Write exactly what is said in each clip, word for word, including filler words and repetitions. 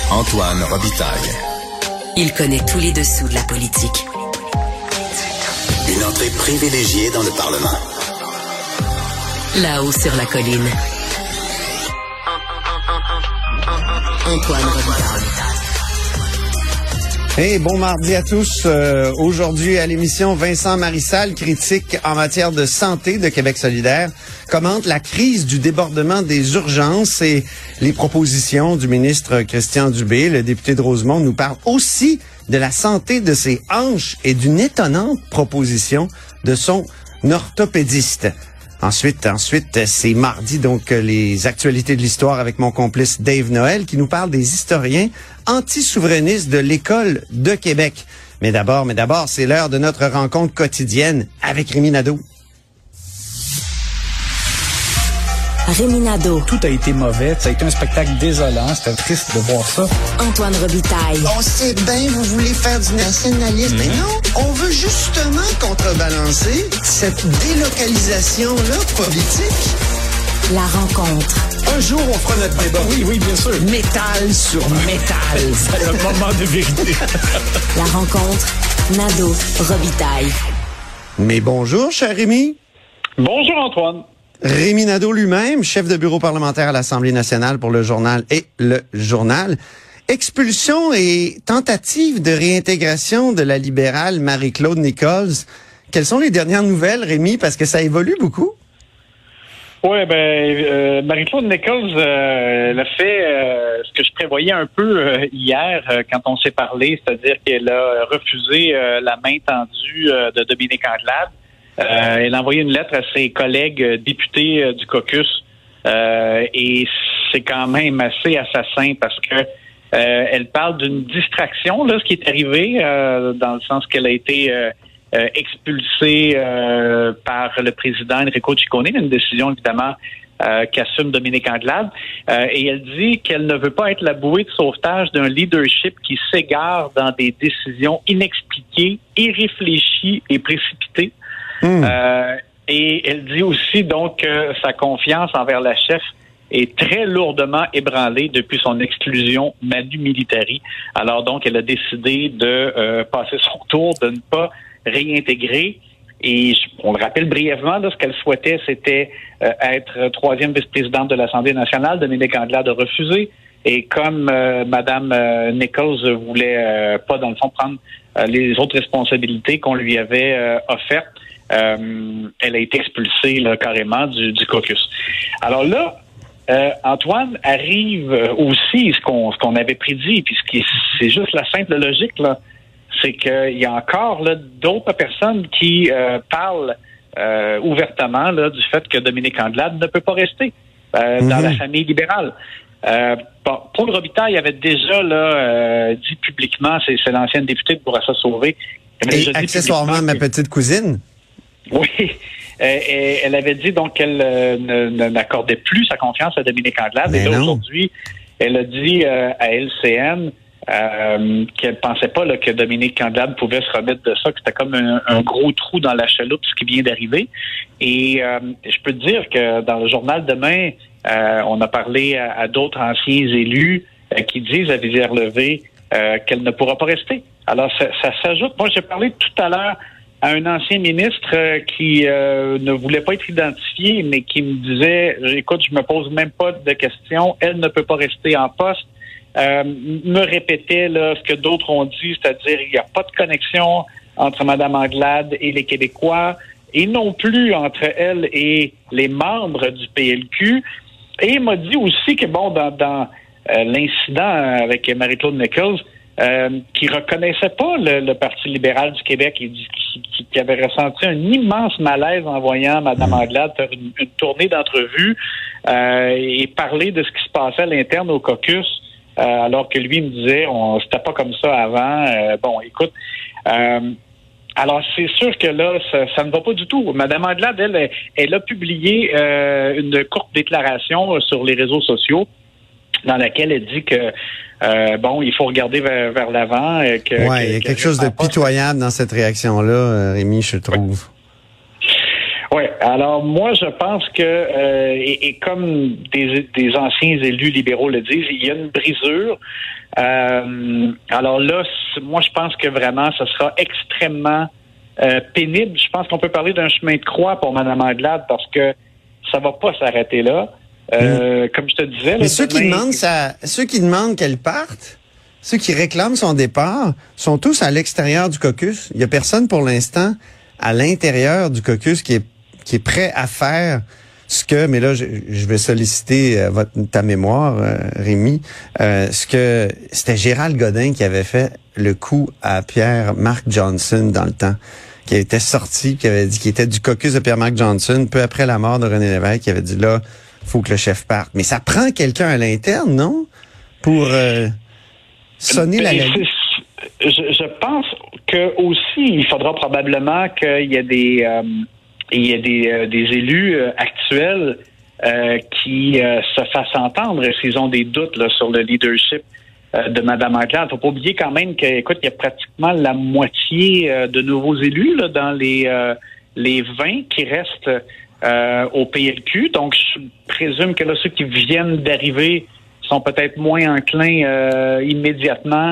Antoine Robitaille. Il connaît tous les dessous de la politique. Une entrée privilégiée dans le Parlement. Là-haut sur la colline. Antoine Robitaille. Hey, bon mardi à tous. Euh, aujourd'hui à l'émission, Vincent Marissal, critique en matière de santé de Québec solidaire, commente la crise du débordement des urgences et les propositions du ministre Christian Dubé. Le député de Rosemont nous parle aussi de la santé de ses hanches et d'une étonnante proposition de son orthopédiste. Ensuite, ensuite, c'est mardi, donc les actualités de l'histoire avec mon complice Dave Noël qui nous parle des historiens anti-souverainistes de l'École de Québec. Mais d'abord, mais d'abord, c'est l'heure de notre rencontre quotidienne avec Rémi Nadeau. Rémi Nadeau. Tout a été mauvais. Ça a été un spectacle désolant. C'était triste de voir ça. Antoine Robitaille. On sait bien, vous voulez faire du nationalisme. Mmh. Mais non, on veut justement contrebalancer cette délocalisation-là politique. La rencontre. Un jour, on fera notre débat. Oui, oui, bien sûr. Métal sur métal. C'est un moment de vérité. La rencontre. Nadeau. Robitaille. Mais bonjour, cher Rémi. Bonjour, Antoine. Rémi Nadeau lui-même, chef de bureau parlementaire à l'Assemblée nationale pour le Journal et le Journal. Expulsion et tentative de réintégration de la libérale Marie-Claude Nichols. Quelles sont les dernières nouvelles, Rémi, parce que ça évolue beaucoup? Oui, ben euh, Marie-Claude Nichols, euh, elle a fait euh, ce que je prévoyais un peu euh, hier euh, quand on s'est parlé, c'est-à-dire qu'elle a refusé euh, la main tendue euh, de Dominique Anglade. Euh, elle a envoyé une lettre à ses collègues euh, députés euh, du caucus euh, et c'est quand même assez assassin parce que euh, elle parle d'une distraction, là, ce qui est arrivé, euh, dans le sens qu'elle a été euh, euh, expulsée euh, par le président Enrico Ciccone, une décision évidemment euh, qu'assume Dominique Anglade, euh, et elle dit qu'elle ne veut pas être la bouée de sauvetage d'un leadership qui s'égare dans des décisions inexpliquées, irréfléchies et précipitées. Mmh. Euh, et elle dit aussi donc que sa confiance envers la chef est très lourdement ébranlée depuis son exclusion Manu Militari. Alors donc, elle a décidé de euh, passer son tour, de ne pas réintégrer. Et on le rappelle brièvement, là, ce qu'elle souhaitait, c'était euh, être troisième vice-présidente de l'Assemblée nationale. Dominique Anglade a refusé. Et comme euh, Mme euh, Nichols voulait euh, pas, dans le fond, prendre euh, les autres responsabilités qu'on lui avait euh, offertes, Euh, elle a été expulsée là, carrément du, du caucus. Alors là, euh, Antoine, arrive aussi ce qu'on ce qu'on avait prédit, puis ce qui c'est juste la simple logique là, c'est qu'il y a encore là d'autres personnes qui euh, parlent euh, ouvertement là du fait que Dominique Anglade ne peut pas rester euh, mm-hmm. dans la famille libérale. Euh, bon, Paul Robitaille avait déjà là euh, dit publiquement, c'est, c'est l'ancienne députée de Bourassa-Sauvé. Et accessoirement ma petite cousine. Oui, euh, elle avait dit donc qu'elle euh, ne, ne, n'accordait plus sa confiance à Dominique Anglade. Mais et là, non. Aujourd'hui, elle a dit euh, à L C N euh, qu'elle pensait pas là, que Dominique Anglade pouvait se remettre de ça, que c'était comme un, un gros trou dans la chaloupe, ce qui vient d'arriver. Et euh, je peux te dire que dans le journal demain, euh, on a parlé à, à d'autres anciens élus euh, qui disent à visière levée euh, qu'elle ne pourra pas rester. Alors, ça, ça s'ajoute. Moi, j'ai parlé tout à l'heure à un ancien ministre euh, qui euh, ne voulait pas être identifié, mais qui me disait, écoute, je me pose même pas de questions, elle ne peut pas rester en poste, euh, me répétait là ce que d'autres ont dit, c'est-à-dire il n'y a pas de connexion entre Mme Anglade et les Québécois, et non plus entre elle et les membres du P L Q. Et il m'a dit aussi que, bon, dans, dans euh, l'incident avec Marie-Claude Nichols, Euh, qui reconnaissait pas le, le Parti libéral du Québec et qui, qui, qui avait ressenti un immense malaise en voyant Mme Anglade faire une, une tournée d'entrevue euh, et parler de ce qui se passait à l'interne au caucus, euh, alors que lui me disait on c'était pas comme ça avant. Euh, bon, écoute, euh, alors c'est sûr que là, ça, ça ne va pas du tout. Mme Anglade, elle, elle a publié euh, une courte déclaration sur les réseaux sociaux dans laquelle elle dit que Euh, bon, il faut regarder vers, vers l'avant. Euh, que, ouais, que, il y a que quelque chose de pitoyable dans cette réaction-là, Rémi, je trouve. Oui, alors moi je pense que euh, et, et comme des, des anciens élus libéraux le disent, il y a une brisure. Euh, alors là, moi je pense que vraiment ce sera extrêmement euh, pénible. Je pense qu'on peut parler d'un chemin de croix pour Mme Anglade parce que ça va pas s'arrêter là. Euh, mmh. Comme je te disais. Mais là, ceux demain, qui demandent ça, ceux qui demandent qu'elle parte, ceux qui réclament son départ, sont tous à l'extérieur du caucus. Il y a personne pour l'instant à l'intérieur du caucus qui est qui est prêt à faire ce que, mais là, je, je vais solliciter euh, votre, ta mémoire, euh, Rémi, euh, ce que c'était Gérald Godin qui avait fait le coup à Pierre-Marc Johnson dans le temps, qui était sorti, qui avait dit qu'il était du caucus de Pierre-Marc Johnson, peu après la mort de René Lévesque, qui avait dit là, faut que le chef parte. Mais ça prend quelqu'un à l'interne, non? Pour euh, sonner la... Je, je pense que aussi, il faudra probablement qu'il y ait des... Euh, il y a des, euh, des élus euh, actuels euh, qui euh, se fassent entendre s'ils ont des doutes là, sur le leadership euh, de Mme Anglade. Faut pas oublier quand même que, écoute, il y a pratiquement la moitié euh, de nouveaux élus là, dans les euh, les vingt qui restent euh, au P L Q. Donc, je présume que là, ceux qui viennent d'arriver sont peut-être moins enclins euh, immédiatement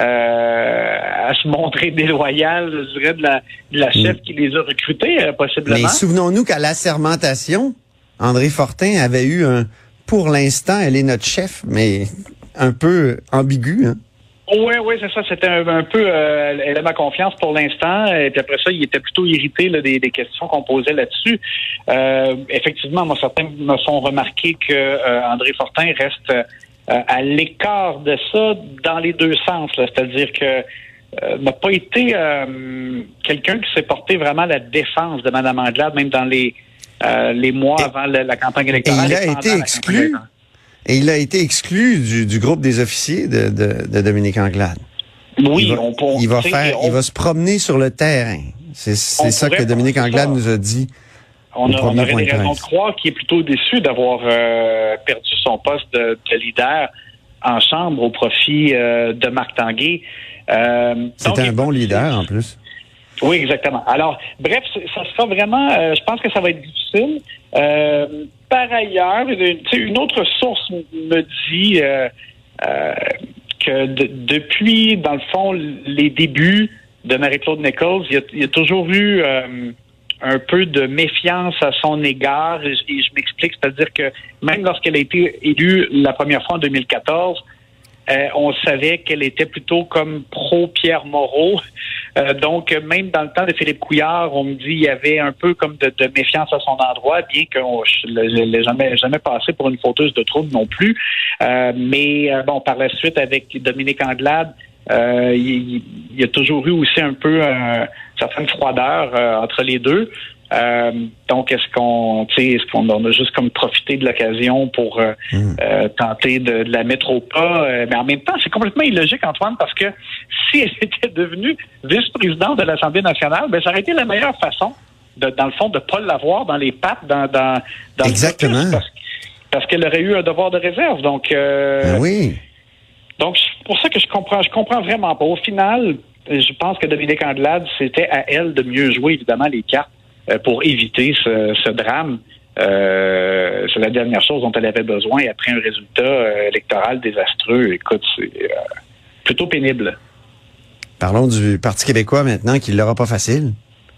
Euh, à se montrer déloyal, je dirais, de la, de la chef mmh. qui les a recrutés, euh, possiblement. Mais souvenons-nous qu'à l'assermentation, André Fortin avait eu un « pour l'instant, elle est notre chef », mais un peu ambigu, hein? Oui, oui, c'est ça. C'était un, un peu, euh, elle a ma confiance pour l'instant. Et puis après ça, il était plutôt irrité là, des, des questions qu'on posait là-dessus. Euh, effectivement, moi, certains me font remarquer que euh, André Fortin reste euh, à l'écart de ça dans les deux sens. Là. C'est-à-dire que euh, n'a pas été euh, quelqu'un qui s'est porté vraiment à la défense de Mme Anglade, même dans les euh, les mois et, avant la, la campagne électorale. Et il a été exclu. Et il a été exclu du, du groupe des officiers de, de, de Dominique Anglade. Oui, il va, on peut. Il va faire, on, il va se promener sur le terrain. C'est, c'est ça que Dominique Anglade ça. nous a dit. On, a, on aurait des raisons de croire qu'il est plutôt déçu d'avoir euh, perdu son poste de, de leader en chambre au profit euh, de Marc Tanguay. Euh, C'était un bon leader en plus. Oui, exactement. Alors, bref, ça sera vraiment, euh, je pense que ça va être difficile. Euh, par ailleurs, une, une autre source me dit euh, euh, que de, depuis, dans le fond, les débuts de Marie-Claude Nichols, il y a, il y a toujours eu euh, un peu de méfiance à son égard. Et je, et je m'explique, c'est-à-dire que même lorsqu'elle a été élue la première fois en deux mille quatorze, Euh, on savait qu'elle était plutôt comme pro-Pierre Moreau. Euh, donc, même dans le temps de Philippe Couillard, on me dit qu'il y avait un peu comme de, de méfiance à son endroit, bien que je ne l'ai jamais, jamais passé pour une fauteuse de trouble non plus. Euh, mais euh, bon, par la suite, avec Dominique Anglade, euh, il, il y a toujours eu aussi un peu euh, certaine froideur euh, entre les deux. Euh, donc, est-ce qu'on, tu sais, est-ce qu'on on a juste comme profité de l'occasion pour euh, mmh. euh, tenter de, de la mettre au pas? Euh, mais en même temps, c'est complètement illogique, Antoine, parce que si elle était devenue vice-présidente de l'Assemblée nationale, ben ça aurait été la meilleure façon, de, dans le fond, de pas l'avoir dans les pattes, dans, dans, dans Exactement. le parce, parce qu'elle aurait eu un devoir de réserve. Donc, euh, ben oui. Donc, c'est pour ça que je comprends, je comprends vraiment pas. Au final, je pense que Dominique Anglade, c'était à elle de mieux jouer, évidemment, les cartes pour éviter ce, ce drame. Euh, c'est la dernière chose dont elle avait besoin après un résultat euh, électoral désastreux. Écoute, c'est euh, plutôt pénible. Parlons du Parti québécois maintenant, qui ne l'aura pas facile.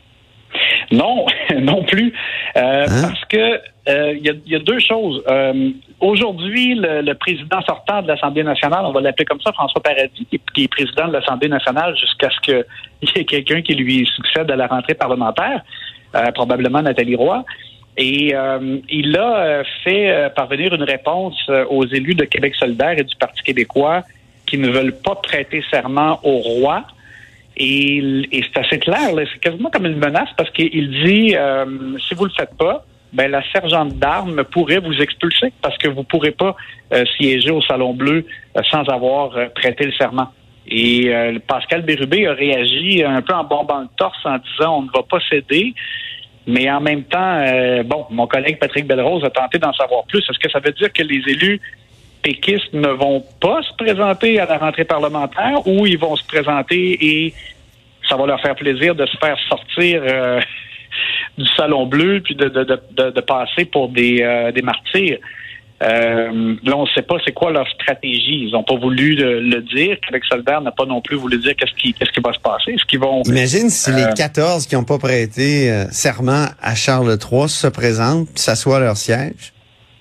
Non, non plus. Euh, hein? Parce que il euh, y, y a deux choses. Euh, aujourd'hui, le, le président sortant de l'Assemblée nationale, on va l'appeler comme ça, François Paradis, qui, qui est président de l'Assemblée nationale jusqu'à ce qu'il y ait quelqu'un qui lui succède à la rentrée parlementaire. Euh, probablement Nathalie Roy. Et euh, il a euh, fait euh, parvenir une réponse euh, aux élus de Québec solidaire et du Parti québécois qui ne veulent pas prêter serment au roi. Et, et c'est assez clair, là, c'est quasiment comme une menace parce qu'il dit, euh, si vous le faites pas, ben la sergente d'armes pourrait vous expulser parce que vous pourrez pas euh, siéger au Salon Bleu euh, sans avoir euh, prêté le serment. Et euh, Pascal Bérubé a réagi un peu en bombant le torse en disant on ne va pas céder. Mais en même temps, euh, bon, mon collègue Patrick Belrose a tenté d'en savoir plus. Est-ce que ça veut dire que les élus péquistes ne vont pas se présenter à la rentrée parlementaire ou ils vont se présenter et ça va leur faire plaisir de se faire sortir euh, du Salon Bleu, puis de, de, de, de, de passer pour des, euh, des martyrs. Euh, là, on ne sait pas c'est quoi leur stratégie. Ils n'ont pas voulu le, le dire. Québec solidaire n'a pas non plus voulu dire qu'est-ce qui, qu'est-ce qui va se passer. Est-ce qu'ils vont... Imagine si euh, les quatorze qui n'ont pas prêté euh, serment à Charles trois se présentent, puis s'assoient à leur siège.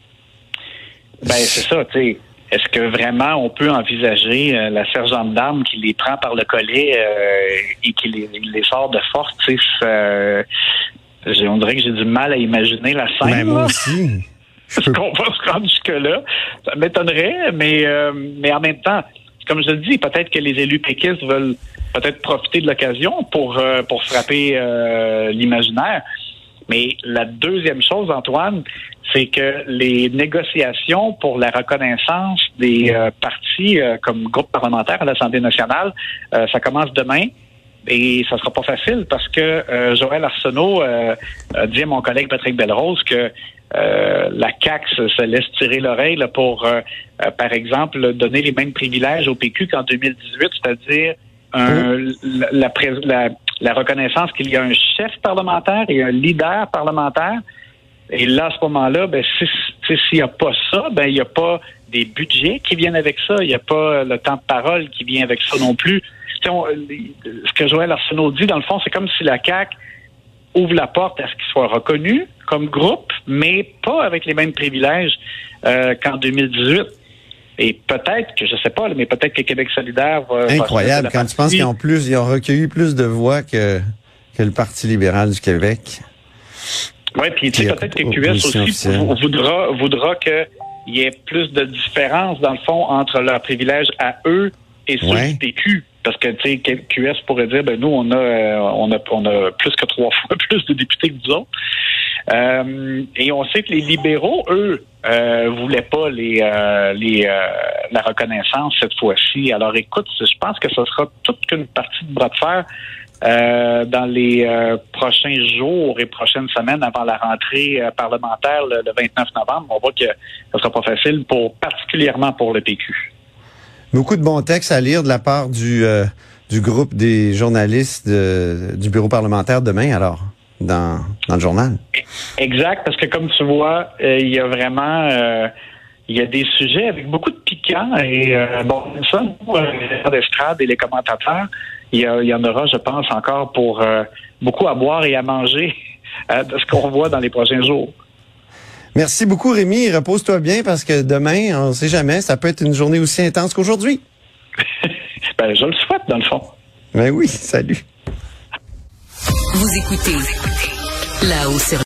Ben, c'est ça, tu sais. Est-ce que vraiment on peut envisager euh, la sergente d'armes qui les prend par le collet euh, et qui les, les sort de force, tu sais, euh, on dirait que j'ai du mal à imaginer la scène. Ben, moi aussi. Est-ce qu'on va se rendre jusque-là? Ça m'étonnerait, mais euh, mais en même temps, comme je le dis, peut-être que les élus péquistes veulent peut-être profiter de l'occasion pour euh, pour frapper euh, l'imaginaire. Mais la deuxième chose, Antoine, c'est que les négociations pour la reconnaissance des euh, partis euh, comme groupe parlementaire à l'Assemblée nationale, euh, ça commence demain. Et ça sera pas facile parce que euh, Joël Arsenault euh, a dit à mon collègue Patrick Belrose que euh, la C A Q se, se laisse tirer l'oreille là, pour, euh, euh, par exemple, donner les mêmes privilèges au P Q qu'en deux mille dix-huit, c'est-à-dire un, la, la, la, la reconnaissance qu'il y a un chef parlementaire et un leader parlementaire. Et là, à ce moment-là, ben, si, si, s'il n'y a pas ça, ben, il n'y a pas des budgets qui viennent avec ça, il n'y a pas le temps de parole qui vient avec ça non plus. On, ce que Joël Arsenault dit, dans le fond, c'est comme si la C A Q ouvre la porte à ce qu'il soit reconnu comme groupe, mais pas avec les mêmes privilèges euh, qu'en deux mille dix-huit. Et peut-être que, je sais pas, mais peut-être que Québec solidaire va... Incroyable, va quand tu penses qu'ils ont plus, ils ont recueilli plus de voix que, que le Parti libéral du Québec. Oui, puis tu sais, peut-être que Q S aussi voudra, voudra qu'il y ait plus de différence, dans le fond, entre leurs privilèges à eux et ceux ouais. du P Q. Parce que, tu sais, Q S pourrait dire, ben nous, on a, euh, on a, on a plus que trois fois plus de députés que nous autres. Euh, et on sait que les libéraux, eux, euh, voulaient pas les, euh, les, euh, la reconnaissance cette fois-ci. Alors, écoute, je pense que ce sera toute qu'une partie de bras de fer euh, dans les euh, prochains jours et prochaines semaines avant la rentrée euh, parlementaire le, le vingt-neuf novembre. On voit que ce sera pas facile, pour particulièrement pour le P Q. Beaucoup de bons textes à lire de la part du euh, du groupe des journalistes de, du bureau parlementaire demain, alors, dans, dans le journal. Exact, parce que comme tu vois, euh, il y a vraiment euh, il y a des sujets avec beaucoup de piquants et euh, bon, ça, nous, euh, les d'estrade et les commentateurs, il y, a, il y en aura, je pense, encore pour euh, beaucoup à boire et à manger euh, de ce qu'on voit dans les prochains jours. Merci beaucoup, Rémi. Repose-toi bien parce que demain, on ne sait jamais, ça peut être une journée aussi intense qu'aujourd'hui. Ben, je le souhaite, dans le fond. Ben oui, salut. Vous écoutez là-haut sur